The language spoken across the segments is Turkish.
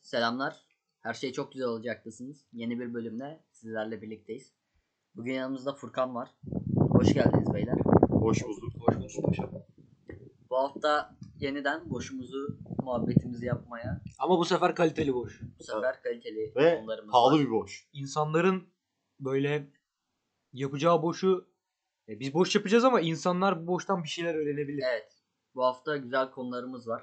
Selamlar. Her şey çok güzel olacaktasınız. Yeni bir bölümle sizlerle birlikteyiz. Bugün yanımızda Furkan var. Hoş geldiniz beyler. Hoş bulduk. Hoş bulduk paşam. Bu hafta yeniden boşumuzu, muhabbetimizi yapmaya, Ama bu sefer kaliteli boş. bu sefer kaliteli Ve konularımız pahalı var. bir boş. İnsanların böyle yapacağı boşu biz boş yapacağız ama insanlar bu boştan bir şeyler öğrenebilir. Evet. Bu hafta güzel konularımız var.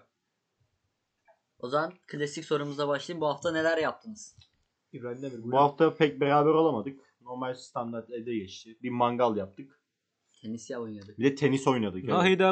O zaman klasik sorumuza başlayayım. Bu hafta neler yaptınız? İbrahim Demir. Bu hafta pek beraber olamadık. Normal standart evde geçti. Bir mangal yaptık. Tenis oynadık. Bir de tenis oynadık. Evet. Nahida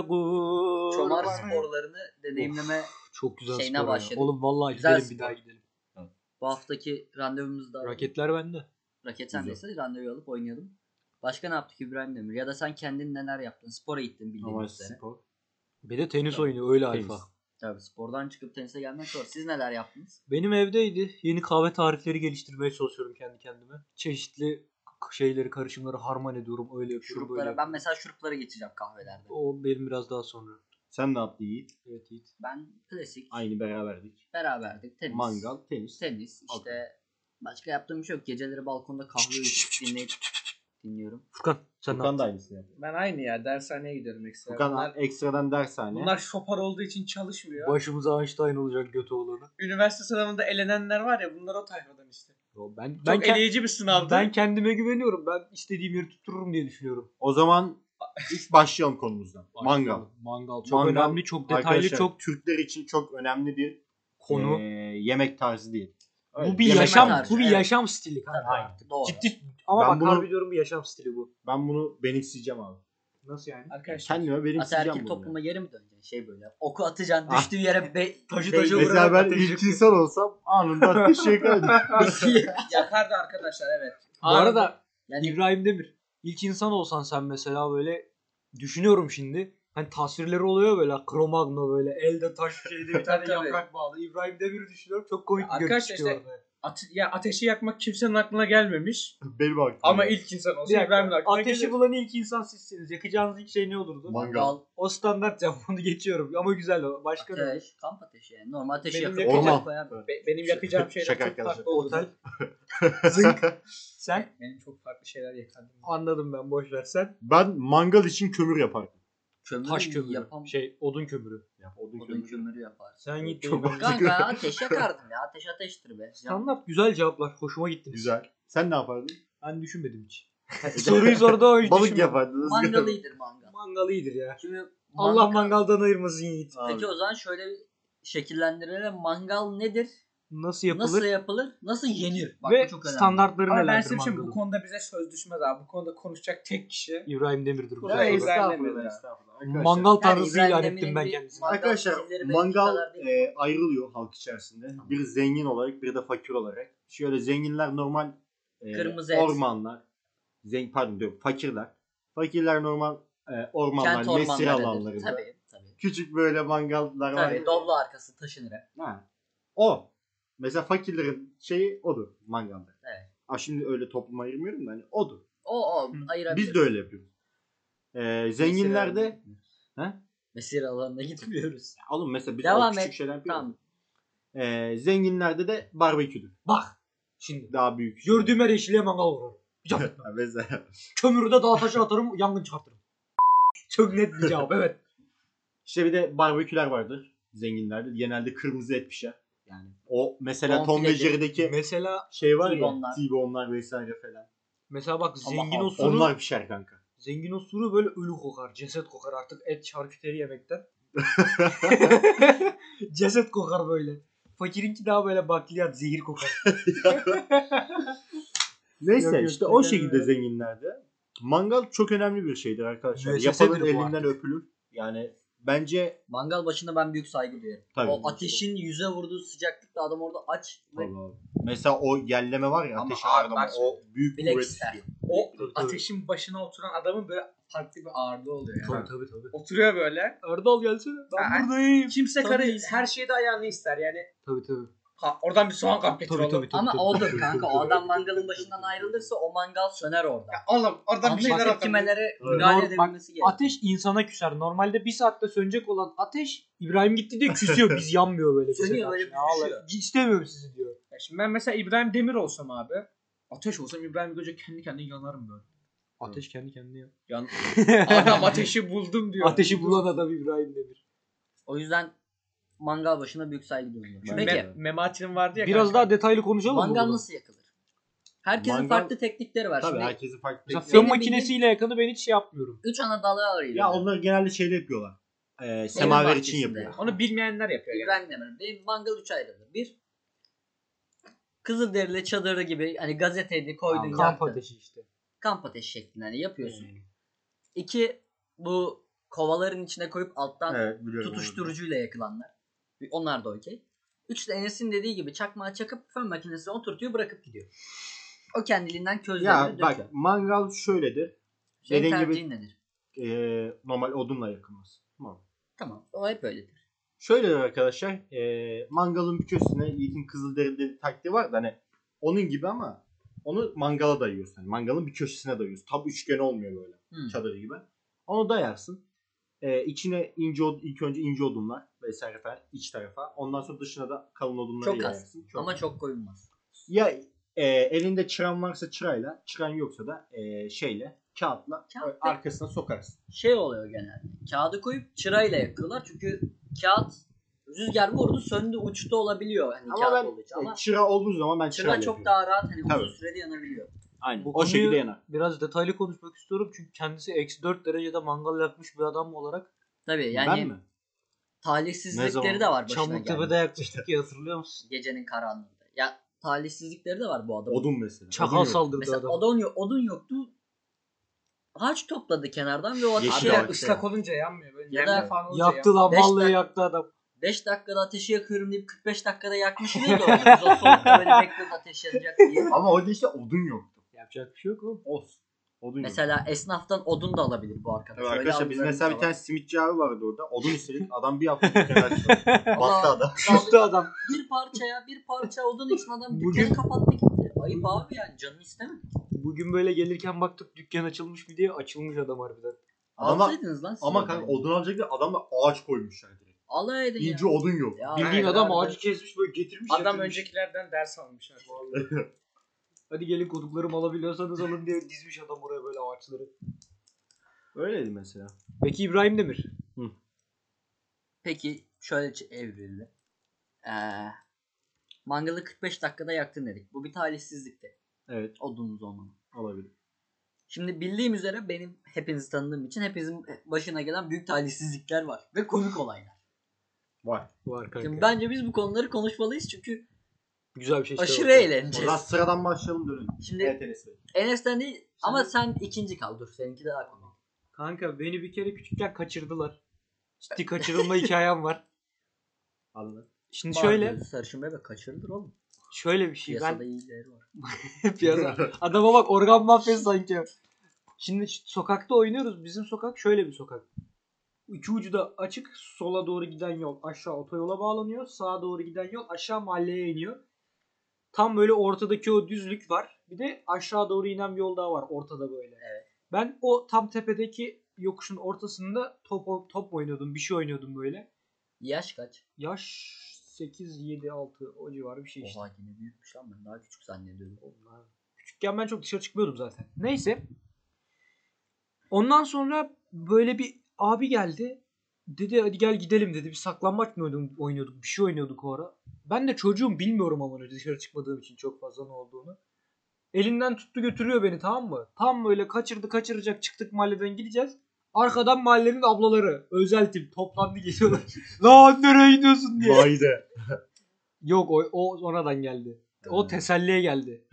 Çomar sporlarını deneyimleme çok güzel şeyine spor ya. başladık. Oğlum vallahi Güzel gidelim spor. bir daha gidelim. bu haftaki randevumuzda Raketler bende. raket sendeyse randevu alıp oynayalım. Başka ne yaptık İbrahim Demir? Ya da sen kendin neler yaptın? Spora gittin Normal bildiğiniz üzere. spor. Bir de tenis oynuyor öyle Tenis. alfa. Tabii spordan çıkıp tenise gelmek zor. Siz neler yaptınız? Benim evdeydi. Yeni kahve tarifleri geliştirmeye çalışıyorum kendi kendime. Çeşitli şeyleri, karışımları harman ediyorum. Öyle yapıyorum. Böyle Şuruplara, ben yapıyorum. mesela şuruplara geçeceğim kahvelerde. O benim biraz daha sonra. Sen ne yaptın Yiğit? Evet Yiğit. Ben klasik, Aynı beraberdik. beraberdik. Tenis, Mangal, tenis. tenis işte başka yaptığım bir şey yok. Geceleri balkonda kahve içip dinliyorum. Furkan sen ne Furkan yaptın? da aynısını yaptı. Ben aynı ya dershaneye gidiyorum ekstra. Furkan Bunlar, ekstradan dershane. bunlar şopar olduğu için çalışmıyor. Başımıza Einstein olacak götü olanı. Üniversite sınavında elenenler var ya bunlar o tayfadan işte. Ben Çok eleyici bir sınavdı. Ben kendime güveniyorum. Ben istediğim yeri tuttururum diye düşünüyorum. O zaman ilk başlayalım konumuzdan. Mangal. Mangal çok Mangal, önemli, çok detaylı, arkadaşlar, çok Türkler için çok önemli bir konu. yemek tarzı değil. Bu bir yemek yaşam, tarzı, bu bir evet. yaşam stili. Tabii, Hayır. doğru. Ciddi ama Ben bak bunu- harbi diyorum bir yaşam stili bu. Ben bunu benimseyeceğim abi. Nasıl yani? Arkadaşlar Kendime benimseyeceğim Ataerkil bunu. topluma geri mi döneceksin? Şey böyle. Oku atacaksın, düştüğü yere Taşı be- taşı Mesela ben ateş ilk yakıyor. insan olsam anında ateş yakardım. yakardı arkadaşlar evet. Bu arada yani İbrahim Demir, ilk insan olsan sen mesela böyle düşünüyorum şimdi. Hani tasvirleri oluyor böyle Cro-Magnon böyle elde taş şeyde bir tane Tabii. yaprak bağlı. İbrahim Demir'i düşünüyorum. Çok komik bir görüntü Arkadaşlar çıkıyor işte- orada. Ateşi yakmak kimsenin aklına gelmemiş. Benim aklıma. Ama ilk insan Bir olsa dakika, İbrahim'in aklına ateşi gelir. bulan ilk insan sizsiniz. Yakacağınız ilk şey ne olurdu? Mangal. O standart cevap, onu geçiyorum ama güzel o. Başka ne? ateş, kamp ateşi yani. Normal ateşi Benim yakıp yakacağım- ortaya koyar. Benim yakacağım şeyler Şaka çok arkadaşlar. farklı oldu. Otel. Zınk. Sen? Benim çok farklı şeyler yakardım. Anladım ben, boş ver sen. Ben mangal için kömür yapardım. Kömür Taş kömürü. yapam, Odun kömürü. odun kömürü yapar. Sen git. Çok benim- Kanka ateş yakardım ya. Ateş ateştir be. Standart güzel cevaplar. Hoşuma gittiniz. Güzel. Sen ne yapardın? Ben düşünmedim hiç. Soruyu sordu o hiç Balık düşünmedim. yapardınız. Mangal iyidir mangal. Mangal iyidir ya. Şimdi Allah mangaldan ayırmasın Yiğit. Abi. Peki o zaman şöyle bir şekillendirelim. Mangal nedir? Nasıl yapılır? Nasıl yapılır? Nasıl yenir? Bak Ve bu çok önemli. standartları Ama ben nelerdir size bir şey bu mangalın? konuda bize söz düşmez abi. Bu konuda konuşacak tek kişi. İbrahim Demir'dir bu. Evet, soru. İbrahim. Estağfurullah. Arkadaşlar, Mangal Yani tanrısı İbrahim ilan Demir'in ettim ben bir kendisine. mangal Arkadaşlar skill'leri benimki mangal kadar değil. ayrılıyor halk içerisinde. Tamam. Bir zengin olarak bir de fakir olarak. Şöyle zenginler normal Kırmızı et. ormanlar. Pardon diyorum fakirler. Fakirler normal ormanlar, Kent mesire ormanlarıdır. alanlarında. Tabii. Küçük böyle mangallar var. Tabii. Doblo arkası taşınır hep. Ha. O. Mesela fakirlerin şeyi odur mangalda. Evet. Şimdi öyle topluma ayırmıyorum da hani odur. O ayırabilir. Biz de öyle yapıyoruz. Zenginlerde Mesire alanına gitmiyoruz. oğlum mesela biz Devam o küçük et. şeyler yapıyoruz. Tamam. Zenginlerde de barbeküdür. Bak. Şimdi. Daha büyük. Gördüğüm her yeşile mangal vurarım. Hiç affetmem. Ha, mesela. Kömürü de dağ taşı atarım, yangın çıkartırım. Çok net bir cevap, evet. İşte bir de barbeküler vardır zenginlerde. Genelde kırmızı et pişer. Yani o mesela Tom ve Bonfiledir. Jerry'deki Mesela şey var ya T-bone'lar. T-bone'lar vesaire falan. bak Ama zengin abi, osuru, Onlar pişer kanka. zengin osuru böyle ölü kokar, ceset kokar artık et şarküteri yemekten. Ceset kokar böyle. Fakirinki daha böyle bakliyat, zehir kokar. Neyse Yok, işte yok, o yok, şekilde yok. zenginlerde. Mangal çok önemli bir şeydir arkadaşlar. Müessesedir Yapanın bu elinden artık. öpülür. Yani bence Mangal başında ben büyük saygı duyuyorum. Tabii. O ateşin yüze vurduğu sıcaklıkta adam orada aç ve Tabii abi. Mesela o yelleme var ya Ama ateşin abi ardından bak o büyük bilek kuvvet ister. istiyor. O Tabii. ateşin başına oturan adamın böyle farklı bir ağırlığı oluyor yani. Tabii. Oturuyor böyle. Erdal gelsene. Ben Aa, buradayım. Kimse Tabii. her şeyde ayağını ister yani. Tabii. Oradan bir soğan kap getir Tabii, oğlum. tabii, tabii. Ama odur kanka. O adam mangalın başından ayrılırsa o mangal söner orada. Ya oğlum oradan bir şeyler Basit atın. tümelere Evet. müdahale Bak, edilmesi gerekiyor. ateş insana küser. Normalde bir saatte sönecek olan ateş İbrahim gitti diye küsüyor. Biz yanmıyor böyle. bize Sönüyor, karşı. böyle Ya düşüyor. Allah, İstemiyorum sizi diyor. Ya şimdi ben mesela İbrahim Demir olsam abi. Ateş olsam İbrahim Göce kendi kendine yanarım böyle. Ateş kendi kendine ya. Yan... Adam ateşi buldum diyor. Ateşi bulan adam İbrahim Demir. O yüzden mangal başına büyük saygı duyuyor. Ben Peki de. Memati'nin vardı ya. Biraz kanka. daha detaylı konuşalım mı? mangal bunu? nasıl yakılır? Herkesin Mangal- farklı teknikleri var. Tabii Şimdi herkesin farklı Mesela teknikleri fön Benim makinesiyle yakını ben hiç şey yapmıyorum. 3 ana dalı ayırıyor. Ya onları genelde şeyde yapıyorlar. Semaver için bahçesinde. yapıyor. Onu bilmeyenler yapıyor. Yani. İbrahim Demir. Benim mangal 3 ayrılır. Bir, Kızılderili çadırı gibi hani gazeteydi koydun Kamp Kamp yaktın. ateşi işte. Kamp ateşi şeklinde hani yapıyorsun. 2, bu kovaların içine koyup alttan Evet biliyorum. tutuşturucuyla yakılanlar. Onlar da okey. 3 de Enes'in dediği gibi çakmağı çakıp fön makinesine oturtuyor bırakıp gidiyor. O kendiliğinden közlerini Ya döküyor. bak mangal şöyledir. Senin dediğin gibi- tercihin nedir? Normal odunla yakılması. Tamam. Tamam. O hep öyledir. Şöyledir arkadaşlar. Mangalın bir köşesine Yiğit'in Kızılderili taktiği var da hani onun gibi ama onu mangala dayıyorsun. Yani mangalın bir köşesine dayıyorsun. Tam üçgen olmuyor böyle. Çadır gibi. Onu dayarsın. İçine ilk önce ince odunlar vesaire falan iç tarafa. Ondan sonra dışına da kalın odunları Çok az. yayarsın. Ama az. çok koyulmaz. Ya elinde çıran varsa çırayla, çıran yoksa da şeyle, kağıtla Kağıt arkasına sokarsın. Şey oluyor genelde. Kağıdı koyup çırayla yakıyorlar. Çünkü kağıt rüzgar vurdu söndü uçtu olabiliyor. Hani Ama kağıt ben olduğu için. Ama çıra olduğu zaman ben çıra çırayla çok yapıyorum. daha rahat hani Tabii. uzun süreli yanabiliyor. Aynen. Bu O konuyu şekilde yanar. biraz detaylı konuşmak istiyorum. Çünkü kendisi -4 derecede mangal yakmış bir adam olarak. Tabii yani Ben mi? Ne talihsizlikleri zaman? de var başına Çamlıktepe'de geldi. yakmıştık ya, hatırlıyor musun? Gecenin karanlığında. Ya talihsizlikleri de var bu adamın. Odun mesela. Çakal Odun yok. saldırdı Mesela adam. odun yoktu. Ağaç topladı kenardan ve o Yeşil ateşi ağaç. yaktı. Islak olunca yanmıyor. Böyle Ya da nemli falan olunca Yaktı lan, Beş vallahi dakika- yaktı adam. 5 dakikada ateşi yakıyorum deyip 45 dakikada yakmış oluyor da biz o soğukta böyle bekliyoruz ateş yanacak diye. Ama orada işte odun yoktu. Yapacak bir şey yok oğlum. Olsun. Odun yok. Mesela esnaftan odun da alabilir bu arkadaş. Evet, Öyle arkadaşlar biz algılarımız mesela da bir var. tane simitçi abi vardı orada. Odun istedik. Adam bir hafta dükkanı açtı. Battı adam. Küstü adam. Bir parça odun için adam Bugün- dükkanı kapattı gitti. Ayıp abi yani canını istemedi. Bugün böyle gelirken baktık dükkan açılmış mı diye, açılmış adam harbiden. Adama, Alsaydınız lan siz ama oradan. kanka odun alacak diye adam da ağaç koymuşlar direkt. Alay edin ya. İnce odun yok. Ya, Bildiğin aynen, adam harbiden. ağacı kesmiş böyle getirmiş. Adam yakılmış. öncekilerden ders almış. Hadi gelin koduklarımı alabiliyorsanız alın diye dizmiş adam oraya böyle ağaçları. Öyleydi mesela. Peki İbrahim Demir. Peki şöyle evrildi. Mangalı 45 dakikada yaktın dedik. Bu bir talihsizlikti. Evet, Odununuz olmadı. olabilir. Şimdi bildiğim üzere benim hepinizi tanıdığım için hepinizin başına gelen büyük talihsizlikler var. Ve komik olaylar. Var. Var kanka. Şimdi bence biz bu konuları konuşmalıyız çünkü Güzel bir şey aşırı çıkaralım. O eğleneceğiz. zaman sıradan başlayalım dönelim. Şimdi Evet Enes Bey. Enes'ten değil ama sen ikinci kal. Dur seninki daha komik. Kanka beni bir kere küçükken kaçırdılar. Ciddi kaçırılma hikayem var. Anladın. Şimdi Şöyle. şöyle Sarışın bebek kaçırılır oğlum. şöyle bir şey. Piyasada Ben iyileri var. piyasa. Adama bak, organ mafyası sanki. Şimdi sokakta oynuyoruz. Bizim sokak şöyle bir sokak. İki ucu da açık. Sola doğru giden yol aşağı otoyola bağlanıyor. Sağa doğru giden yol aşağı mahalleye iniyor. Tam böyle ortadaki o düzlük var. Bir de aşağı doğru inen bir yol daha var ortada böyle. Evet. Ben o tam tepedeki yokuşun ortasında top oynuyordum. Bir şey oynuyordum böyle. Yaş kaç? Yaş 8, 7, 6 o civarı bir şey işte. Oha yine büyükmüş lan ben daha küçük zannediyordum. Küçükken ben çok dışarı çıkmıyordum zaten. Neyse. Ondan sonra böyle bir abi geldi. Dedi hadi gel gidelim dedi. Bir saklambaç mı oynuyorduk? Bir şey oynuyorduk o ara. Ben de çocuğum, bilmiyorum ama dışarı çıkmadığım için çok fazla ne olduğunu. Elinden tuttu götürüyor beni, tamam mı? Tam böyle kaçıracak, çıktık mahalleden gideceğiz. Arkadan mahallenin ablaları, özel tim toplandı geliyorlar. Lan nereye gidiyorsun diye. Vayde. Yok o sonradan geldi. O teselliye geldi.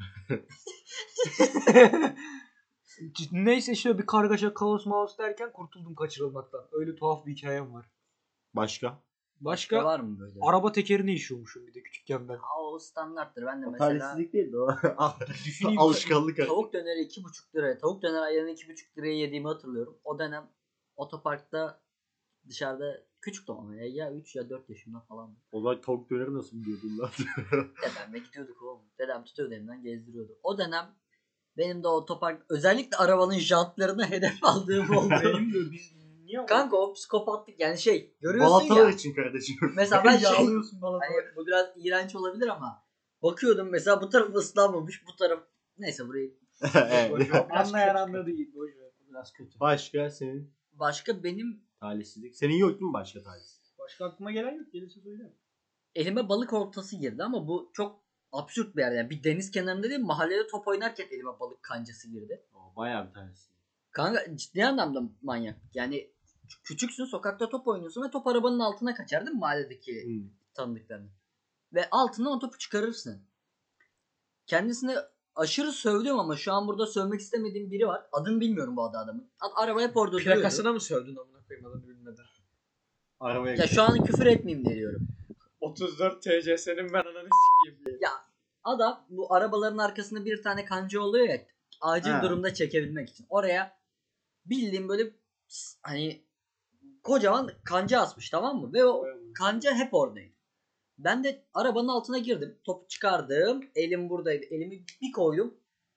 Neyse şöyle bir kargaşa, kaos maos derken kurtuldum kaçırılmaktan. Öyle tuhaf bir hikayem var. Başka? Başka var mı böyle? araba tekerini işiyormuşum bir de küçükken ben. Aa, o standarttır. Ben de O mesela talihsizlik değil de o. Düşüneyim. Alışkanlık artık. tavuk döneri 2,5 liraya, tavuk döner ayranı 2,5 liraya yediğimi hatırlıyorum. O dönem otoparkta dışarıda Küçüktüm ama ya 3 ya 4 yaşımda falan. Olay tavuk döneri nasıl biliyordun lan? Dedemle gidiyorduk oğlum. Dedem tutuyordu elimden gezdiriyordu. O dönem benim de o topak özellikle arabanın jantlarına hedef aldığım oldu. Benim de biz niye Kanka o psikopatlık yani görüyorsun Balatalar ya. için kardeşim. Mesela ben yağlıyorsun bana. hani bu biraz iğrenç olabilir ama bakıyordum mesela bu taraf ıslanmamış bu taraf neyse burayı. Evet. Anlayan anladı iyi. Boş ver. Biraz kötü. Başka senin Başka benim talihsizlik. Senin yok değil mi başka talihsizlik? Başka aklıma gelen yok. Gelirse söyle. elime balık oltası girdi ama bu çok absürt bir yer. Yani bir deniz kenarında değil mahallede top oynarken elime balık kancası girdi. O bayağı bir talihsizlik. Kanka ciddi anlamda manyak. Yani küçüksün sokakta top oynuyorsun ve top arabanın altına kaçar değil mi mahalledeki tanıdıklarının. Ve altından o topu çıkarırsın. Kendisine aşırı sövdüm ama şu an burada sövmek istemediğim biri var. Adını bilmiyorum bu adamın. Araba hep orada duruyordu. Plakasına mı sövdün amına koyayım adını bilmeden? Arabaya Ya şu an küfür etmeyeyim de diyorum. 34 TC'nin ben ananı sikeyim. Adam bu arabaların arkasında bir tane kanca oluyor ya acil Ha. durumda çekebilmek için. Oraya bildiğim böyle hani kocaman kanca asmış tamam mı? Ve o kanca hep oradaydı. Ben de arabanın altına girdim. Topu çıkardım. Elim buradaydı. Elimi bir koydum.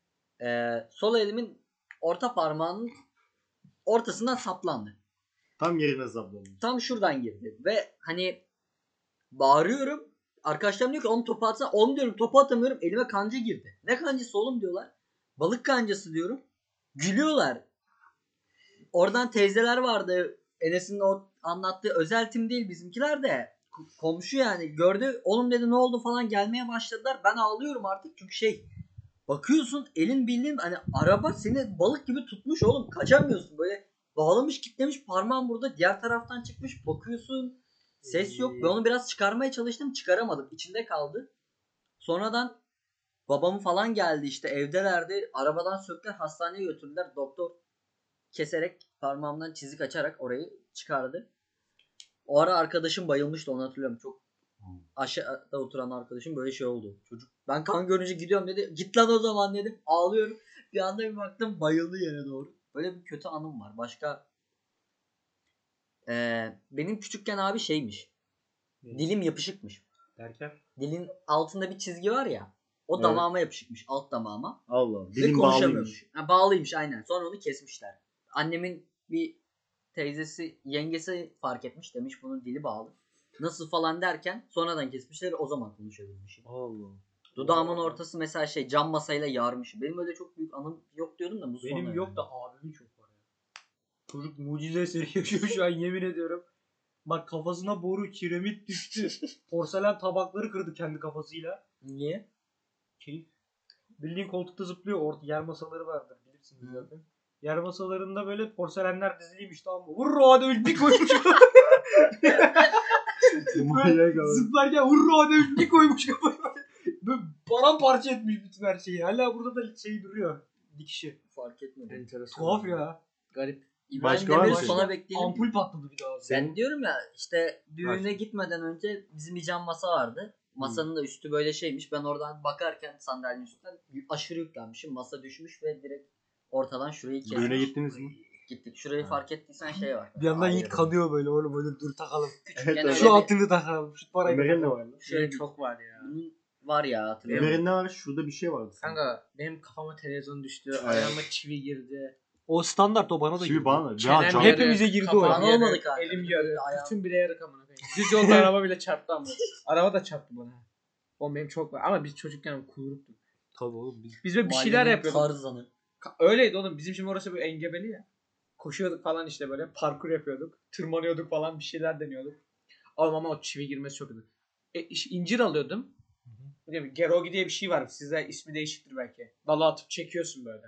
Sol elimin orta parmağının ortasından saplandı. tam yerine saplanmış. Tam şuradan girdi. Ve hani bağırıyorum. Arkadaşlarım diyor ki onu topu atsana. Onu diyorum topu atamıyorum. Elime kanca girdi. Ne kancası oğlum diyorlar. Balık kancası diyorum. Gülüyorlar. Oradan teyzeler vardı. Enes'in o anlattığı özel tim değil bizimkiler de. Komşu yani gördü. Oğlum dedi ne oldu falan gelmeye başladılar. Ben ağlıyorum artık çünkü bakıyorsun elin bildiğin hani araba seni balık gibi tutmuş oğlum. Kaçamıyorsun böyle bağlamış kitlemiş parmağın burada diğer taraftan çıkmış bakıyorsun. Ses yok. Ben onu biraz çıkarmaya çalıştım çıkaramadım. İçinde kaldı. Sonradan babamı falan geldi işte evdelerdi. Arabadan söktüler hastaneye götürdüler. Doktor keserek parmağımdan çizik açarak orayı çıkardı. O ara arkadaşım bayılmıştı onu hatırlıyorum. Çok aşağıda oturan arkadaşım böyle oldu. Çocuk ben kan görünce gidiyorum dedi. Git lan o zaman dedim. Ağlıyorum. Bir anda bir baktım bayıldı yere doğru. Böyle bir kötü anım var. Başka benim küçükken abi dilim yapışıkmış. Derken? Dilin altında bir çizgi var ya. O Evet. damağıma yapışıkmış. Alt damağıma. Allah. Ve Dilim konuşamıyormuş. bağlıymış. Ha, bağlıymış aynen. Sonra onu kesmişler. Annemin bir teyzesi, yengesi fark etmiş. Demiş bunun dili bağlı. Nasıl falan derken sonradan kesmişler. O zaman konuşabilmiş. Allah. Dudağımın ortası mesela cam masayla yarmış. Benim öyle çok büyük anım yok diyordum da bu sonra. Benim yok da abimin çok var ya. Çocuk mucize eseri yaşıyor şu an yemin ediyorum. Bak kafasına boru kiremit düştü. Porselen tabakları kırdı kendi kafasıyla. Niye? Keyif. Bildiğin koltukta zıplıyor. Orada yer masaları vardır bilirsiniz zaten. Yer masalarında böyle porselenler diziliymiş tamam mı? Vurra hadi bir koymuş. Zıplarken vurra hadi bir koymuş kafayı. Böyle paramparça etmiş bütün her şeyi. Hala burada da duruyor. Dikişi. Fark etmedim. Enteresan. Tuhaf ya. Garip. İbrahim Başka var Demir'i mı? sona bekleyelim. Ampul patladı bir daha. Ben diyorum ya düğüne Başka. gitmeden önce bizim bir cam masa vardı. Masanın da üstü böyle Ben oradan bakarken sandalyenin üstünden aşırı yüklenmişim. Masa düşmüş ve direkt ortadan şurayı kesmiş. Düğüne gittiniz mi? Gittik. Şurayı fark ettiysen var. Bir yandan Hayır. Yiğit kanıyor böyle oğlum öyle dur takalım. Küçükken Evet, öyle Şu bir- altını takalım. Şu parayı Ömer'in ne takalım. var lan? Şöyle Çok var ya. bunun var ya hatırlıyorum. Ömer'in ne var? Şurada bir şey vardı. Kanka benim kafama televizyon düştü. Evet. Ayağıma çivi girdi. O standart o bana da Şimdi girdi. bana da. Çenem Ya, can- yarı, Hepimize girdi kafam o. Bana yarı, olmadı kanka. Elim yarı. Ayağım- Bütün bile yarık amına koyayım. Düz yolda araba bile çarptı ama. Araba da çarptı bana. O benim çok var. Ama biz çocukken kuyruktuk. Tabii oğlum biz. Biz böyle bir şeyler Mahallenin yapıyorduk. Tarzanı. Öyleydi oğlum. Bizim şimdi orası böyle engebeli ya. Koşuyorduk falan işte böyle. Parkur yapıyorduk. Tırmanıyorduk falan. Bir şeyler deniyorduk. Ama o çivi girmesi çok kötü. İncir alıyordum. Gerogi diye bir şey var. Sizde ismi değişiktir belki. Dala atıp çekiyorsun böyle.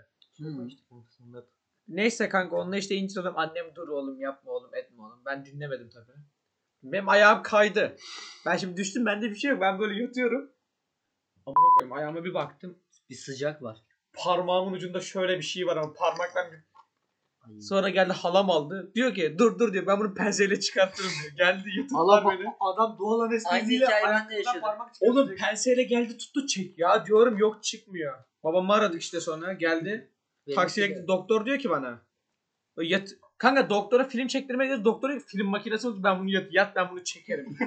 Neyse kanka onunla işte incir alıyorum. Annem dur oğlum yapma oğlum etme oğlum. Ben dinlemedim tabii. Benim ayağım kaydı. Ben şimdi düştüm bende bir şey yok. Ben böyle yatıyorum. Amına koyayım ayağıma bir baktım. Bir sıcak var. Parmağımın ucunda şöyle bir şey var ama parmaktan Ay. sonra geldi halam aldı. Diyor ki dur diyor ben bunu penseyle çıkartırım diyor. Geldi yatırdılar beni. Adam doğal Aynı anesteziyle hikayeyi ben de ayaklarından yaşadım. parmak Oğlum çıkartacak. penseyle geldi tuttu çek. Ya diyorum yok çıkmıyor. Babamı aradık işte sonra geldi. Benimki Taksiye de- gitti. Doktor diyor ki bana. Kanka doktora film çektirmeye gidiyoruz. Doktora film makinesi oldu. Ben bunu yat ben bunu çekerim.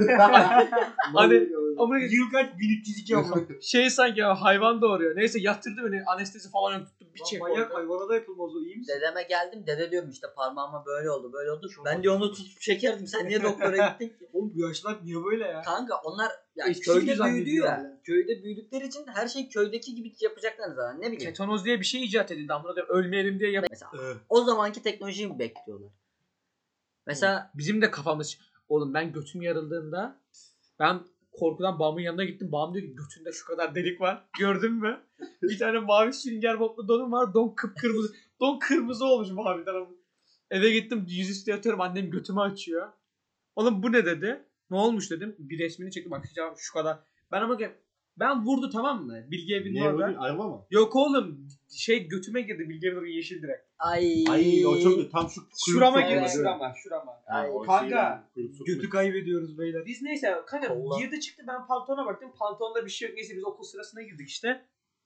Hani ama Yıl kaç? 1302 ama. şey sanki ya, hayvan doğuruyor. Neyse yatırdı beni. Anestezi falan yok tuttu. Bir çek. Manyak hayvana da yapılmaz o, iyi misin? Dedeme geldim. Dede diyorum işte parmağıma böyle oldu böyle oldu. Ben de onu tutup çekerdim. Sen niye doktora gittin ki? Oğlum bu yaşlar niye böyle ya? Kanka onlar ya Eskisi köyde gibi büyüdü zannediyor ya. yani. Köyde büyüdükleri için her şey köydeki gibi yapacaklar zaten. Ne bileyim. Ketanoz diye bir şey icat edildi. Amına koyayım ölmeyelim diye Mesela o zamanki teknolojiyi mi bekliyorlar? Mesela bizim de kafamız. Oğlum ben götüm yarıldığında ben korkudan babamın yanına gittim. Babam diyor ki götünde şu kadar delik var. Gördün mü? Bir tane mavi sünger botlu donum var. Don kıpkırmızı. Don kırmızı olmuş maviden ama. Eve gittim yüzüstü yatıyorum. Annem götümü açıyor. Oğlum bu ne dedi? Ne olmuş dedim. Bir resmini çektim. Bak şu kadar. Ben ama ben vurdu tamam mı? Bilgi evinin Niye orada. böyle? Araba mı? Yok oğlum. Şey götüme girdi. Bilgi evinin yeşil direkt. Ay o çok tam şu Şurama kuyruk girdi. sokuyor. Şurama. Ay, O kanka, şeyden kuyruk sokuyor. Götü kaybediyoruz beyler. Biz neyse kanka Allah. girdi çıktı ben pantolona baktım. Pantolonda bir şey yok. Neyse biz okul sırasına girdik işte.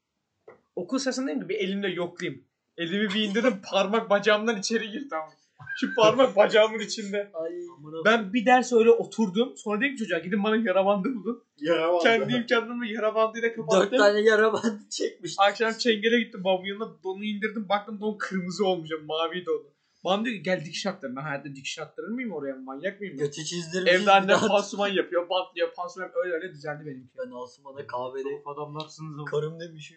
Okul sırasındayım da bir elimle yoklayayım. Elimi bir indirdim parmak bacağımdan içeri girdi ama. Şu parmak bacağımın içinde. Ay. Ben bir ders öyle oturdum. Sonra dedim ki çocuğa gidin bana yara bandı bulun. Yara var. Kendi imkanlarımla yara bandıyla 4 kapattım. tane yara bandı çekmiş. Akşam çengele gittim babamın yanına donu indirdim. Baktım don kırmızı olmuş. Mavi donu. Bana diyor ki gel dikiş attır. Ben hayatta dikiş attırır mıyım oraya? Manyak mıyım? Ben? Götü çizdirmiş. Evde annem pansuman yapıyor. Bantlıyor. Pansuman öyle düzenli benimki. Ben Osman'a kahvede Adamlarsınız ama. karım demişim.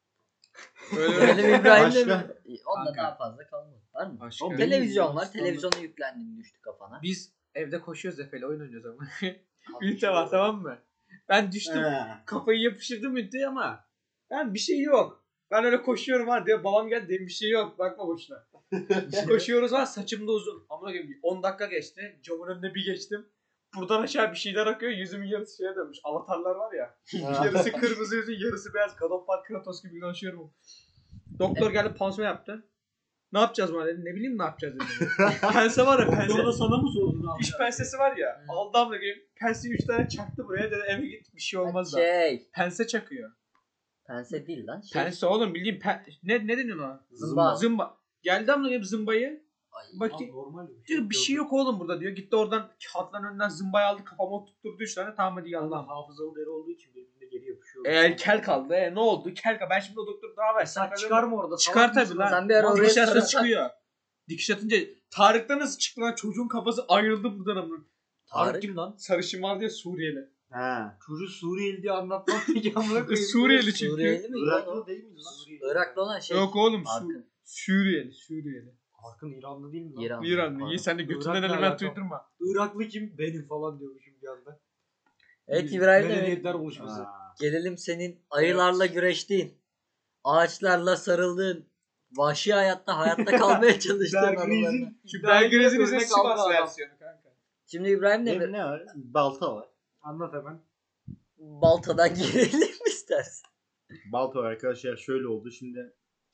Öyle Benim İbrahim de Başka? mi? Onda Kanka. daha fazla kalmadı. Var mı? Başka. Oğlum, Televizyon var. Benim- Televizyona yüklendim düştü kafana. Biz evde koşuyoruz Efe'yle oyun oynuyoruz ama. Ünite var tamam mı? Ben düştüm. Kafayı yapıştırdım üniteye ama ben bir şey yok. Ben öyle koşuyorum var diyor. Babam geldi dedim bir şey yok. Bakma boşuna. Koşuyoruz var saçım da uzun. Ama 10 dakika geçti. Camın önüne bir geçtim. Buradan aşağı bir şeyler akıyor. Yüzümün yarısı şeye dönmüş. Avatarlar var ya. Yarısı kırmızı yüzün yarısı beyaz. God of War Kratos gibi dolaşıyorum. Doktor geldi pansuman yaptı. Ne yapacağız bana dedi. Ne bileyim ne yapacağız dedi. Pense var ya pense. Sonra sana mı sordun abi? İş pensesi var ya. Aldım da pense 3 tane çaktı buraya dedi eve git bir şey olmaz da. Pense çakıyor. Pense değil lan. Şey. Pense oğlum bildiğin ne deniyor ona? Zımba. Zımba. Geldi amına koyayım zımbayı. Ay. Bakayım. Normal Diyor bir şey yok oğlum burada diyor. Gitti oradan kağıtların önünden zımbayı aldı kafama oturtturdu 3 tane. Tamam hadi Allah yallah. hafızalı deri olduğu için birbirine geri yapışıyor. Kel kaldı. Ne oldu? Kel kaldı. Ben şimdi o doktor daha ver. Sen çıkar mı orada? Çıkar Salak tabii mısın lan. Sen bir ara oraya Dikiş atınca sarı- çıkıyor. Dikiş atınca Tarık'ta nasıl çıktı lan? Çocuğun kafası ayrıldı buradan amına. Tarık kim lan? Sarışın var diye Suriyeli. Ha. Çocuk Suriyeli diye anlatmam peki amına koyayım. Suriyeli çünkü. Suriyeli mi? Iraklı değil miydi lan? Iraklı olan şey. Yok oğlum Arkın. Suriyeli. Arkın İranlı değil mi lan? İran. İranlı. Pardon. İyi sen de götünden Irak'la element alakalı. uydurma. Iraklı kim? Benim falan diyormuşum bir anda. Evet İbrahim de Medeniyetler buluşması. gelelim senin ayılarla güreştiğin, ağaçlarla sarıldığın, vahşi hayatta kalmaya çalıştığın anılarına. Şu Belgrad'ın örnek Sivas aldı adam. versiyonu kanka. Şimdi İbrahim Benim de ne var? Balta var. Anlat hemen. baltadan girelim istersen. Balta var arkadaşlar şöyle oldu şimdi.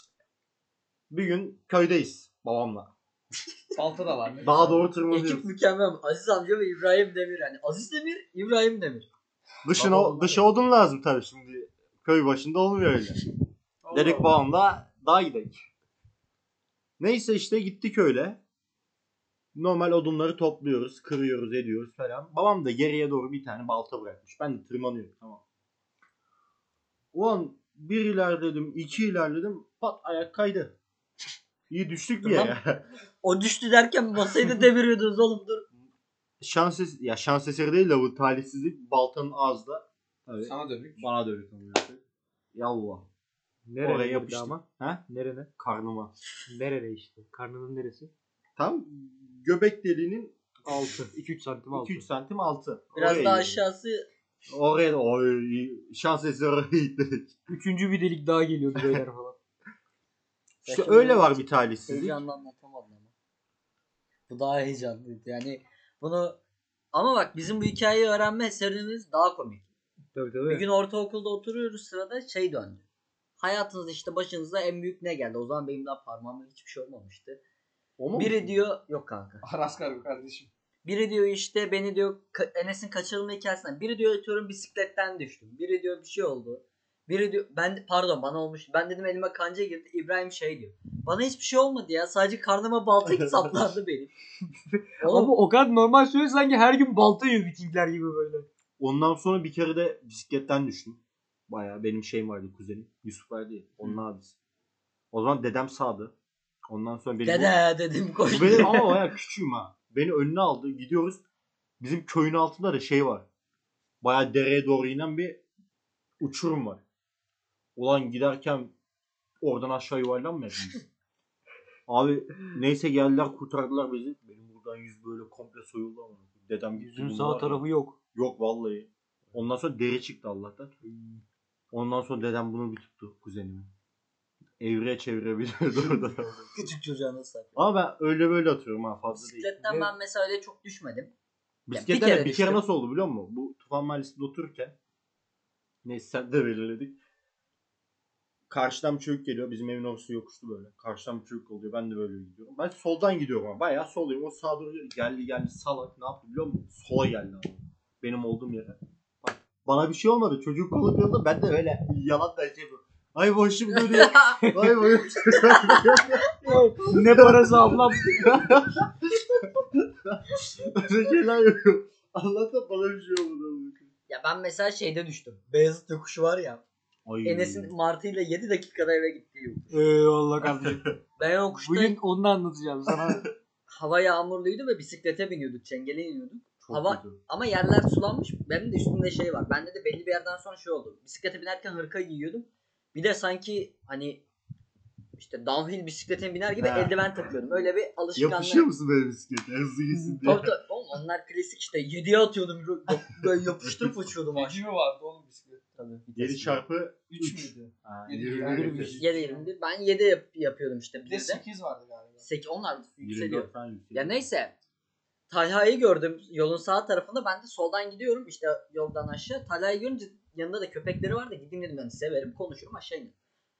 Bir gün köydeyiz babamla. Balta da var. Daha doğru Ekip tırmanıyoruz. mükemmel. Aziz amca ve İbrahim Demir. Yani Aziz Demir, İbrahim Demir. Dışa odun lazım tabii şimdi. Köy başında olmuyor öyle. Dedik babamla daha gidelim. Neyse işte gittik öyle. Normal odunları topluyoruz, kırıyoruz, ediyoruz falan. Babam da geriye doğru bir tane balta bırakmış. Ben de tırmanıyorum tamam. Ulan bir ilerledim, iki ilerledim. Pat ayak kaydı. İyi düştük bir yere. O düştü derken masayı da deviriyordunuz oğlum dur. Şans eseri değil de bu talihsizlik baltanın ağzında. Tabii. Sana dönük. Bana dönüyor tam Yallah. Nereye Oraya girdi yapıştı. ama? Ha? Nerene? Karnıma. Nerede işte? Karnının neresi? Tam göbek deliğinin 6. 2-3 santim altı. 2-3 santim altı. Biraz Oraya daha girdi. aşağısı Oraya da şans eseri gitti. Üçüncü bir delik daha geliyordu beyler falan. İşte öyle var bir talihsizlik. heyecanla anlatamadım ama. Bu daha heyecanlıydı. Yani bunu ama bak bizim bu hikayeyi öğrenme serüvenimiz daha komik. Tabii Bir gün ortaokulda oturuyoruz sırada şey döndü. Hayatınızda işte başınıza en büyük ne geldi? O zaman benim daha parmağımda hiçbir şey olmamıştı. O mu? Biri diyor yok kanka. Aras kargo kardeşim. Biri diyor işte beni diyor Enes'in kaçırılma hikayesinden. Biri diyor atıyorum bisikletten düştüm. Biri diyor bir şey oldu. Biri diyor bana olmuş. Ben dedim elime kanca girdi. İbrahim şey diyor. Bana hiçbir şey olmadı ya. Sadece karnıma balta saplandı benim. Ama o kadar normal söylüyor sanki her gün balta yiyor Vikingler gibi böyle. Ondan sonra bir kere de bisikletten düştüm. Bayağı benim şeyim vardı, kuzenim. Yusuf vardı ya. Onun abisi. O zaman dedem sağdı. Ondan sonra benim... Dede dedim Bu koştu. benim ama bayağı küçüğüm ha. Beni önüne aldı. Gidiyoruz. Bizim köyün altında da şey var. Bayağı dereye doğru inen bir uçurum var. Ulan giderken oradan aşağı yuvarlanmayalım biz. Abi neyse geldiler kurtardılar bizi. Benim buradan yüz böyle komple soyuldu ama. Dedem gitti. Yüzün bunu sağ var ya. tarafı yok. Yok vallahi. Ondan sonra deri çıktı Allah'tan. Ondan sonra dedem bunu bir tuttu kuzenimi. Evreye çevire biliyordu orada. Küçük çocuğa nasıl yapıyor? Ama ben öyle böyle atıyorum ha, fazla değil. Bisikletten ben mesela öyle çok düşmedim. Bisikletten bir bir kere kere düştüm. nasıl oldu biliyor musun? Bu Tufan Mahallesi'nde otururken neyse sen de belirledik. Karşıdan bir çocuk geliyor. Bizim evin orası yokuştu böyle. Karşıdan bir çocuk oluyor. Ben de böyle gidiyorum. Ben soldan gidiyorum ama. Bayağı soldayım. O sağa doğru geldi salak. Ne yaptı biliyor musun? Sola geldi abi. Benim olduğum yere. Bak, bana bir şey olmadı. Çocuk kolu kırıldı. Ben de öyle yalan da şey yapıyorum. Ay başım dönüyor. Ay başım Ne parası ablam. öyle şeyler yapıyorum. Allah'tan bana bir şey olmadı. Ya ben mesela şeyde düştüm. Beyazıt yokuşu var ya. Ay. Enes'in martıyla 7 dakikada eve gittiği yokuş. Eyvallah kardeşim. Ben yokuşta Bugün onu da anlatacağım sana. hava yağmurluydu ve bisiklete biniyorduk. Çengele iniyorduk. Çok Hava kötü. ama yerler sulanmış. Benim de üstümde şey var. Bende de belli bir yerden sonra şey oldu. Bisiklete binerken hırka giyiyordum. Bir de sanki hani işte downhill bisiklete biner gibi Ha. eldiven takıyordum. Öyle bir alışkanlık. Yapışıyor musun benim bisiklete? Hızlı gitsin diye. Tabii. Oğlum onlar klasik işte 7'ye atıyordum. Böyle yapıştırıp uçuyordum aşağı. Gücü mü vardı oğlum bisiklet? Tabii. 7 çarpı 3 3. müydü? Ha, Yedi 20 çarpı metre. üç. 7-21. Ben 7 yapıyordum işte Bir de bizde. 8 vardı galiba. 8 onlar yükseliyor. 24 falan yükseliyor. Ya neyse. Talha'yı gördüm yolun sağ tarafında. Ben de soldan gidiyorum işte yoldan aşağı. Talha'yı görünce yanında da köpekleri vardı. Gideyim dedim ben severim konuşurum aşağı indim.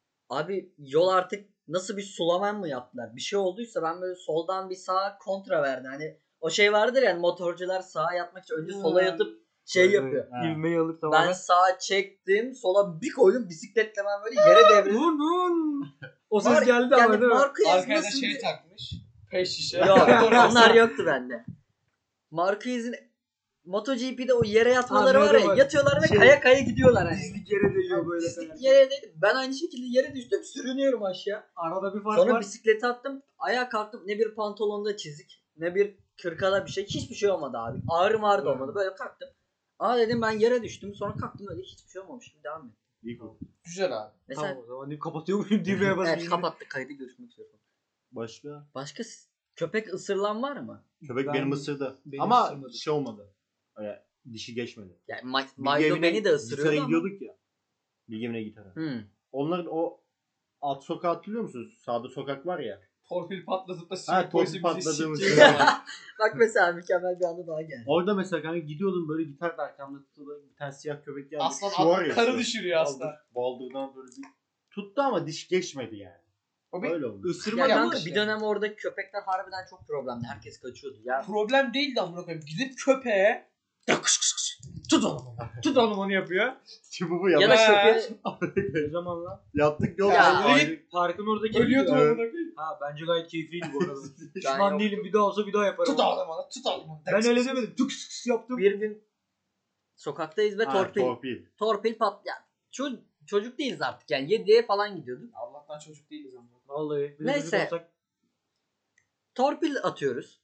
Abi yol artık nasıl bir sulama mı yaptılar? Bir şey olduysa ben böyle soldan bir sağa kontra verdim. Hani o şey vardır yani motorcular sağa yatmak için önce sola yatıp şey yapıyor. Ha. İvmeyi alıp Ben tamamen. sağa çektim sola bir koydum bisikletle ben böyle yere devrildim. Dur. O ses Var- geldi ama yani değil mi? marka Arkaya da yazmasın şey diye- takmış. Peş şişe. Yok onlar yoktu bende. Marquez'in MotoGP'de o yere yatmaları var ya Anladım. yatıyorlar ve Şey- kaya kaya gidiyorlar hani. Dizlik yere değiyor böyle. Pislik yere değdim. Ben aynı şekilde yere düştüm sürünüyorum aşağı. Arada bir fark Sonra var. bisikleti attım ayağa kalktım ne bir pantolonda çizik ne bir kırkada bir şey hiçbir şey olmadı abi. Ağrım da olmadı böyle kalktım. Aa dedim ben yere düştüm sonra kalktım öyle hiçbir şey olmamış gibi devam ettim. İyi konu. Güzel abi. Mesela Tamam o zaman deyip kapatıyor muyum düğmeye basayım. evet kapattık kaydı görüşmek üzere. Başka? Başka köpek ısırılan var mı? Köpek Ben- benim ısırdı. benim Ama ısırmadı. şey olmadı. Öyle dişi geçmedi. Yani Bilgi Maydo evine beni de gitara ısırıyordu ama. gidiyorduk ya. Bilgi evine gitara. Onların o alt sokağı hatırlıyor musunuz? Sağda sokak var ya. Torpil patlatıp da Ha, sinir torpil polisi bizi patladığımız sikecek şey. ama. Bak mesela mükemmel bir anı daha geldi. Orada mesela kanka gidiyordum böyle gitar da arkamda tutuldu. Bir tane siyah köpek geldi. Aslan Şu var ya karı şu. düşürüyor aslan. Baldırdan böyle bir tuttu ama diş geçmedi yani. O bir Öyle oldu. Isırma Ya yanlış kanka bir yani. dönem orada köpekler harbiden çok problemli. Herkes kaçıyordu ya. problem değil de amına koyayım. Gidip köpeğe tut onu. Tut onu yapıyor. Çubuğu Ya da yaptık. köpeği Ne zaman lan? Yaptık yol. Ya, Ayrı- Parkın oradaki Ölüyordu video. amına koyayım. Ha bence gayet keyifliydi bu arada. Ben Pişman yok. değilim bir daha olsa bir daha yaparım. Tut onu. Tut onu. Ben öyle demedim. Tık sık sık yaptım. Bir gün sokaktayız ve Ha, torpil. torpil. Torpil pat. Ya, çocuk değiliz artık yani 7'ye falan gidiyorduk. Allah'tan çocuk değiliz ama. Vallahi. biz Neyse. çocuk olsak- Torpil atıyoruz.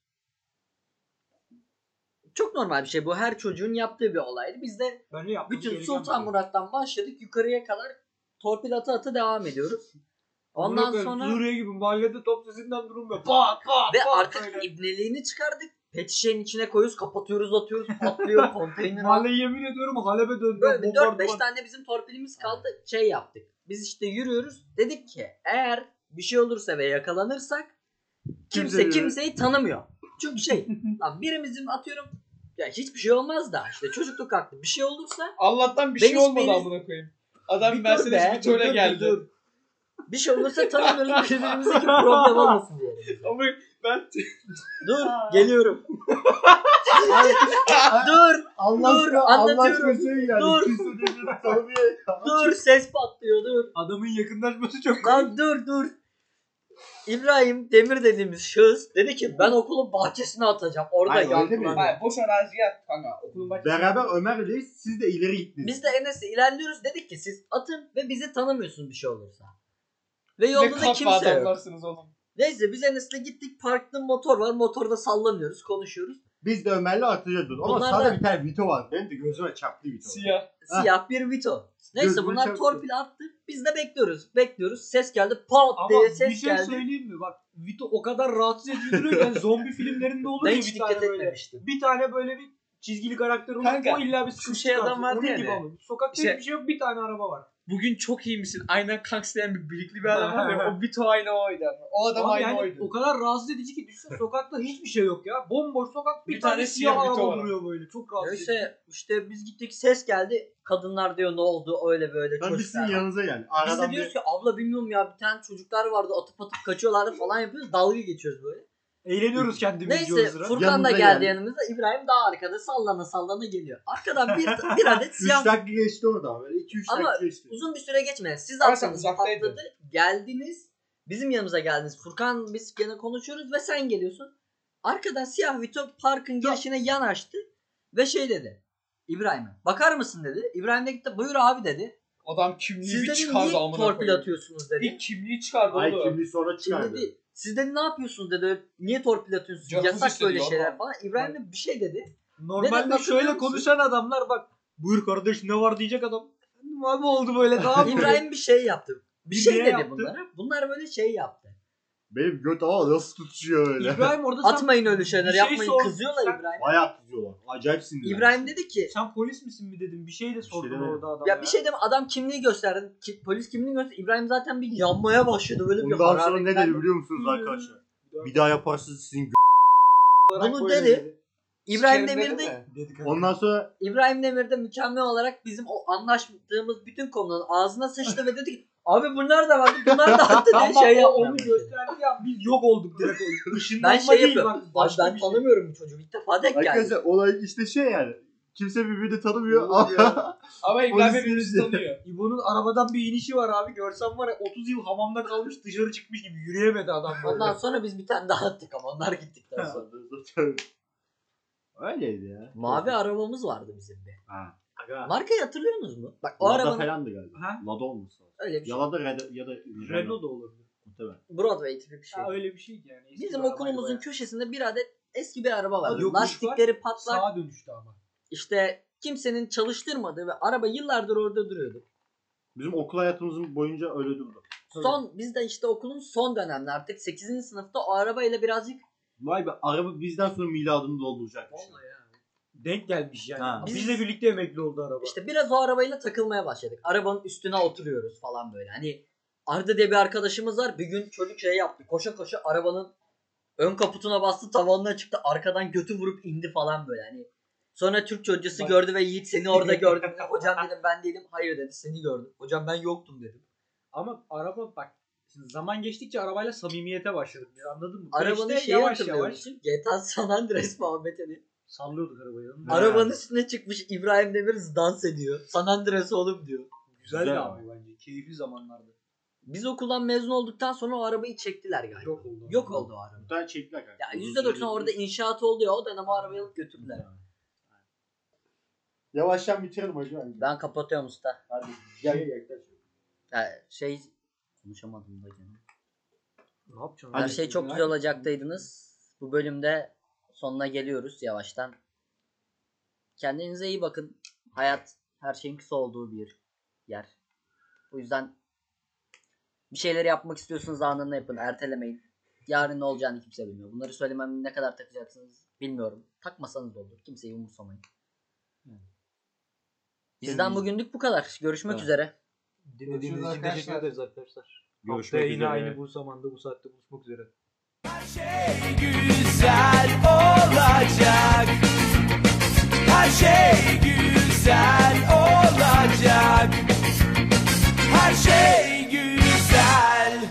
Çok normal bir şey bu. Her çocuğun yaptığı bir olaydı. Biz de Bence yapmamız bütün gereken bir Sultan şey. Murat'tan başladık. Yukarıya kadar torpil atı devam ediyoruz. Amına Ondan koyayım, sonra Suriye gibi mahallede top sesinden durulmuyor. Pat pat ve pat artık böyle. ibneliğini çıkardık. Pet şişenin içine koyuyoruz, kapatıyoruz, atıyoruz, patlıyor konteyner. Mahalle yemin ediyorum Halep'e döndü. Böyle bir 4-5 Bombardıman. tane bizim torpilimiz kaldı. Şey yaptık. Biz işte yürüyoruz. Dedik ki eğer bir şey olursa ve yakalanırsak kimse kimseyi tanımıyor. Çünkü şey lan birimizin atıyorum ya hiçbir şey olmaz da işte çocukluk aklı bir şey olursa Allah'tan bir Ben şey hiç olmadı beni- amına koyayım. Adam Bir dur Mercedes be, bir töle dur, geldi. dur. Bir şey olursa tanımıyoruz birbirimizdeki problem olmasın diye. Ama Dur geliyorum. Dur. Allah Dur, aşkına Allah anlatıyorum. aşkına şey yani. Dur. Kimse birbirini tanımıyor ya. Dur ses patlıyor dur. Adamın yakınlaşması çok Lan dur. İbrahim Demir dediğimiz şahıs dedi ki ben okulun bahçesine atacağım. Orada Hayır, öyle yankılanıyor. demiyorum. Hayır boş araziye at kanka. Okulun bahçesinde. Beraber Ömer'leyiz. Siz de ileri gittiniz. Biz de Enes'le ilerliyoruz dedik ki siz atın ve bizi tanımıyorsunuz bir şey olursa. Ve Ne yolda da kaplı kimse yok. adamlarsınız oğlum. Neyse biz Enes'le gittik parkta motor var. Motorda sallanıyoruz konuşuyoruz. Biz de Ömer'le atacağız. Ama Bunlar sağda da- bir tane Vito var. Benim de gözüme çarptı Vito. Siyah. Siyah bir Vito. Neyse Gözüme bunlar çarptı. torpil attı. Biz de bekliyoruz. Ses geldi. Pat Ama diye bir ses şey geldi. söyleyeyim mi? Bak Vito o kadar rahatsız edici duruyor yani zombi filmlerinde olur Ben ya hiç bir tane dikkat böyle. etmemiştim. Bir tane böyle bir çizgili karakter olur. Kanka, O illa bir şu sıkıntı şey adam çıkartıyor. vardı Onun ya gibi ne? ama. Sokakta İşte- hiçbir şey yok. Bir tane araba var. Bugün çok iyi misin? Aynen kanks diyen bir birikli bir adam var ya. O Vito aynı oydu. O adam Abi aynı yani oydu. o kadar rahatsız edici ki düşünsene sokakta hiçbir şey yok ya. Bomboş sokak bir Bir tane tane siyah siyah Vito araba var. duruyor böyle. Çok rahatsız edici. Neyse işte biz gittik ses geldi. Kadınlar diyor ne oldu öyle böyle Ben biz çocuklar. sizin yanınıza geldik. Biz de Aradan diyoruz bir... ki abla bilmiyorum ya bir tane çocuklar vardı atıp kaçıyorlardı falan yapıyoruz. Dalga geçiyoruz böyle. Eğleniyoruz kendimizce o Neyse sıra. Furkan da Yanımıza geldi geldi. yanımıza. İbrahim daha arkada sallana geliyor. Arkadan bir adet 3 siyah dakika geçti orada. Böyle 2-3 Ama dakika geçti. uzun bir süre geçmedi. Siz Ama sen attınız uzaktaydın. patladı. Geldiniz. Bizim yanımıza geldiniz. Furkan biz gene konuşuyoruz ve sen geliyorsun. Arkadan siyah Vito parkın girişine yanaştı. Ve şey dedi. İbrahim'e bakar mısın dedi. İbrahim de gitti buyur abi dedi. Adam kimliği Siz bir dedi çıkardı niye amına torpil koyayım. atıyorsunuz dedi. İlk kimliği çıkardı Ay oğlum. kimliği sonra Şimdi çıkardı. dedi, siz dedi ne yapıyorsunuz dedi. Niye torpil atıyorsunuz? Canımız Yasak istedi böyle ya. şeyler falan. İbrahim de bir şey dedi. Normalde Neden şöyle hatırlıyor musun? konuşan adamlar bak buyur kardeş ne var diyecek adam. Efendim abi oldu böyle daha mı? İbrahim bir şey yaptı. Bir şey niye dedi yaptı? bunlara. Bunlar böyle şey yaptı. Benim göt ama nasıl tutuyor öyle. İbrahim orada sen, Atmayın öyle şeyler bir şey yapmayın. sor- Kızıyorlar sen- İbrahim. Bayağı kızıyorlar. Acayip sinirlendim. İbrahim dedi ki sen polis misin mi dedim bir şey de sordun demedim. orada adam. ya bir şey deme adam kimliği gösterdi. Polis kimliğini gösterdi. İbrahim zaten bir yanmaya başladı böyle bir Ondan sonra ne hararetlendi. dedi biliyor musunuz arkadaşlar? Bir daha yaparsınız sizin olarak Bunu böyle dedi. İbrahim Sikerim Demir dedi de mi? Dedi kanka. Ondan sonra İbrahim Demir de mükemmel olarak bizim o anlaştığımız bütün konuların ağzına sıçtı ve dedi ki abi bunlar da vardı bunlar da attı diye Ama şey o yapmaya onu başladı. gösterdi ya biz yok olduk direkt. Ben Işınlanma şey değil yapıyorum. bak Abi başka ben bir şey. tanımıyorum bu çocuğu. İlk defa denk geldi. arkadaşlar olay işte şey yani. Kimse birbirini tanımıyor Oğlum ama ya. Ama İbrahim Polis hepimizi birisi. tanıyor. İbo'nun arabadan bir inişi var abi. Görsem var ya 30 yıl hamamda kalmış dışarı çıkmış gibi yürüyemedi adam böyle. Ondan sonra biz bir tane daha attık ama onlar gittikten sonra. Öyleydi ya. Mavi arabamız vardı bizim bir. Ha. Aga. Markayı hatırlıyorsunuz mu? Bak o Lada arabanın falan da galiba. Ha? Lada olması lazım. öyle bir şey. Ya Lada ya da Renault da olabilir. Muhtemelen. Broadway tipi bir şey. Ha öyle bir şeydi yani. Eski Bizim bir arabaydı okulumuzun bayağı. köşesinde bir adet eski bir araba vardı. Yokuş var, Lastikleri patlak. Sağa dönüştü ama. İşte kimsenin çalıştırmadığı ve araba yıllardır orada duruyordu. Bizim okul hayatımızın boyunca öyle durdu. Son biz de işte okulun son döneminde artık 8. sınıfta o arabayla birazcık Vay be araba bizden sonra miladını dolduracakmış. Vallahi ya. Denk gelmiş yani. Ha. Bizle birlikte emekli oldu araba. işte biraz o arabayla takılmaya başladık. Arabanın üstüne oturuyoruz falan böyle. Hani Arda diye bir arkadaşımız var. Bir gün çocuk şey yaptı. Koşa koşa arabanın ön kaputuna bastı, tavanına çıktı. Arkadan götü vurup indi falan böyle. Hani sonra Türkçe hocası gördü ve Yiğit seni orada gördüm. Hocam dedim ben değilim. Hayır dedi seni gördüm. Hocam ben yoktum dedim. Ama araba bak şimdi zaman geçtikçe arabayla samimiyete başladık. biz, Anladın mı? Arabanın Beşte şeyi yavaş hatırlıyor yavaş musun? GTA San Andreas muhabbetini. sallıyorduk arabayı. Ha. Arabanın üstüne çıkmış İbrahim Demir dans ediyor. San Andreas oğlum diyor. Güzeldi Güzel abi bence. Keyifli zamanlardı. Biz okuldan mezun olduktan sonra o arabayı çektiler galiba. Yok oldu. Yok oldu o araba. Bir tane çektiler kanka. Ya %90 orada inşaatı oluyor. O dönem o arabayı alıp götürdüler. Yavaştan bitirelim hocam. Ben kapatıyorum usta. Hadi gel yaklaş. Ya şey konuşamadım da gene. Ne yapacaksın? Her Hadi. şey çok güzel olacaktaydınız. Bu bölümde sonuna geliyoruz yavaştan. Kendinize iyi bakın. Hayat her şeyin kısa olduğu bir yer. O yüzden bir şeyleri yapmak istiyorsanız anında yapın. Ertelemeyin. Yarın ne olacağını kimse bilmiyor. Bunları söylemem ne kadar takacaksınız bilmiyorum. Takmasanız da olur. Kimseyi umursamayın. Bizden bugünlük bu kadar. Görüşmek Evet. üzere. Dinlediğiniz için Görüşürüz teşekkür arkadaşlar. ederiz arkadaşlar. Görüşmek Haftaya yine üzere. aynı bu zamanda bu saatte buluşmak üzere. Güzel olacak. Her şey güzel olacak. Her şey